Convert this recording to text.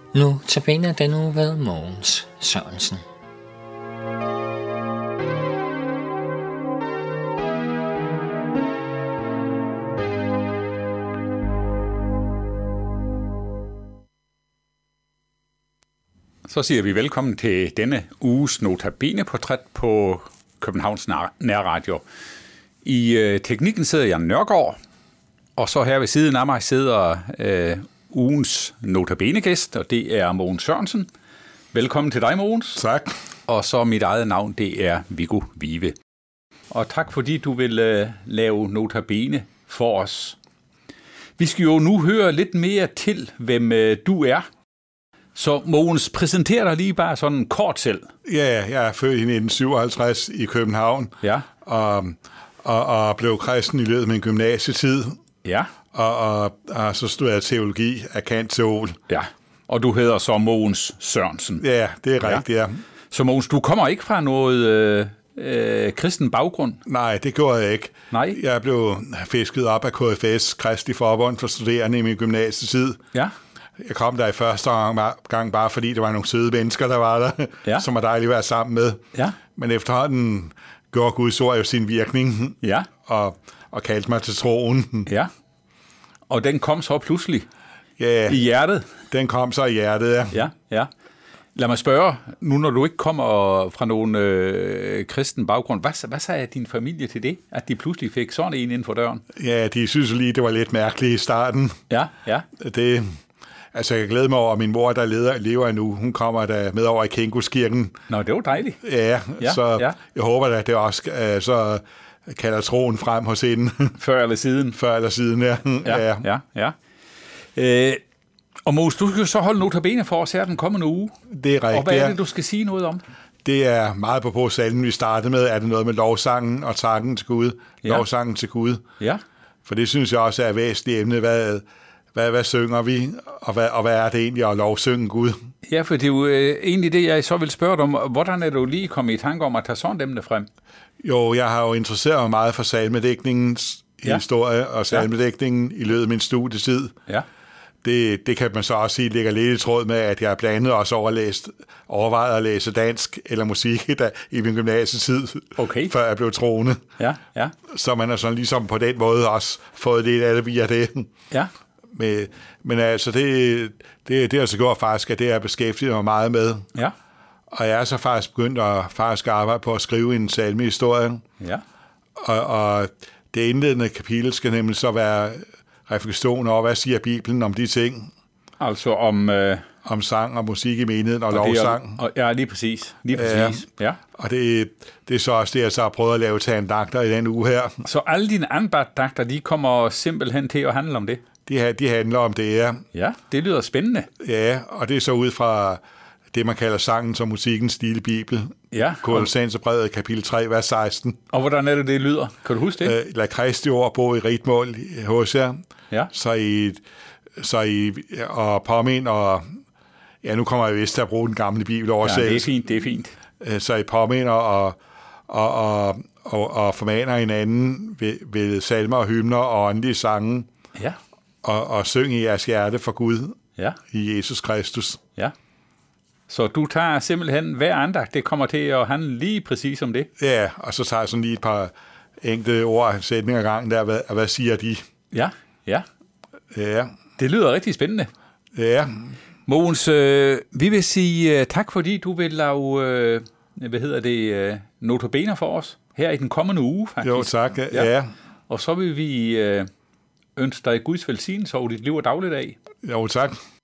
Nu tabiner den nu ved Mogens Sørensen. Så siger vi velkommen til denne uges notabene-portræt på Københavns Nærradio. I teknikken sidder Jan Nørgaard, og så her ved siden af mig sidder ugens notabene-gæst, og det er Mogens Sørensen. Velkommen til dig, Mogens. Tak. Og så mit eget navn, det er Viggo Vive. Og tak fordi du vil lave notabene for os. Vi skal jo nu høre lidt mere til, hvem du er. Så Mogens, præsenter dig lige bare sådan kort selv. Ja, jeg er født i 1957 i København, Ja. og blev kristen i løbet af min gymnasietid, Ja. og så studerede jeg teologi af Kant Teol. Ja. Og du hedder så Mogens Sørensen. Ja, det er rigtigt, ja. Så Mogens, du kommer ikke fra noget kristen baggrund? Nej, det gjorde jeg ikke. Nej. Jeg blev fisket op af KFS, Kristi Forbund for Studerende, i min gymnasietid. Ja. Jeg kom der i første gang bare fordi der var nogle søde mennesker, der var der, Ja. som var dejligt at være sammen med. Ja. Men efterhånden gjorde Guds ord jo sin virkning, Ja. og kaldte mig til troen. Ja. Og den kom så pludselig Ja, i hjertet? den kom så i hjertet, ja. Ja, ja. Lad mig spørge, nu når du ikke kommer fra nogen kristen baggrund, hvad sagde din familie til det, at de pludselig fik sådan en inden for døren? Ja, de synes lige, det var lidt mærkeligt i starten. Ja, ja. Altså, jeg glæder mig over, at min mor, der lever nu, hun kommer der med over i Kinguskirken. Nå, det var dejligt. Ja, Ja, så ja. jeg håber, at det også så kalder troen frem hos hende. Før eller siden. Før eller siden, ja. Ja. Og Mogens, du skal jo så holde notabene for os her den kommende uge. Det er rigtigt, Og hvad er det, du skal sige noget om? Det er meget på salmen, vi startede med. Er det noget med lovsangen og takken til Gud? Ja. Lovsangen til Gud. Ja. For det synes jeg også er et væsentligt emne. Hvad synger vi, og hvad er det egentlig at lovsynge Gud? Ja, for det er jo egentlig det, jeg så vil spørge dig om. Hvordan er du lige kommet i tanke om at tage sådan emne frem? Jo, jeg har jo interesseret mig meget for salmedækningens historie og salmedækningen i løbet af min studietid. Ja. Det kan man så også sige ligger lidt i tråd med, at jeg blandt andet også overvejede at læse dansk eller musik i min gymnasietid, før jeg blev troende. Ja, ja. Så man har sådan ligesom på den måde også fået lidt af det via det. Ja. Men altså, det har så gjort faktisk, at det er jeg beskæftiget mig meget med. Ja. Og jeg er så faktisk begyndt at arbejde på at skrive en salmehistorie. Ja. Og det indledende kapitel skal nemlig så være refleksion over, hvad siger Bibelen om de ting? Altså om sang og musik i menigheden og lovsang. Ja, lige præcis. Ja. Og det er så også det, jeg så har prøvet at lave til andagter i den uge her. Så alle dine andagter, de kommer simpelthen til at handle om det? De handler om det, ja. Ja, det lyder spændende. Ja, og det er så ud fra det, man kalder sangens og musikkens stil i Bibelen. Ja. Kolossenserbrevet, kapitel 3, vers 16. Og hvordan er det lyder? Kan du huske det? Lad Kristi ord bo i rigt mål hos jer. Ja. Og påmind, og ja, nu kommer jeg vist til at bruge den gamle bibeloversættelse. Ja, det er fint. Så I påminder og formaner hinanden ved salmer og hymner og åndelige sange. Ja. Og syng i jeres hjerte for Gud, ja, i Jesus Kristus. Ja. Så du tager simpelthen hver andagt, det kommer til at handle lige præcis om det? Ja, og så tager jeg sådan lige et par enkelte ord og sætninger gang der. Hvad siger de? Ja, ja. Ja. Det lyder rigtig spændende. Ja. Mogens, vi vil sige tak, fordi du vil lave, notabener for os her i den kommende uge, faktisk. Jo, tak. Ja. Og så vil vi ønske dig Guds velsignelse over dit liv og dagligdag. Jo, tak.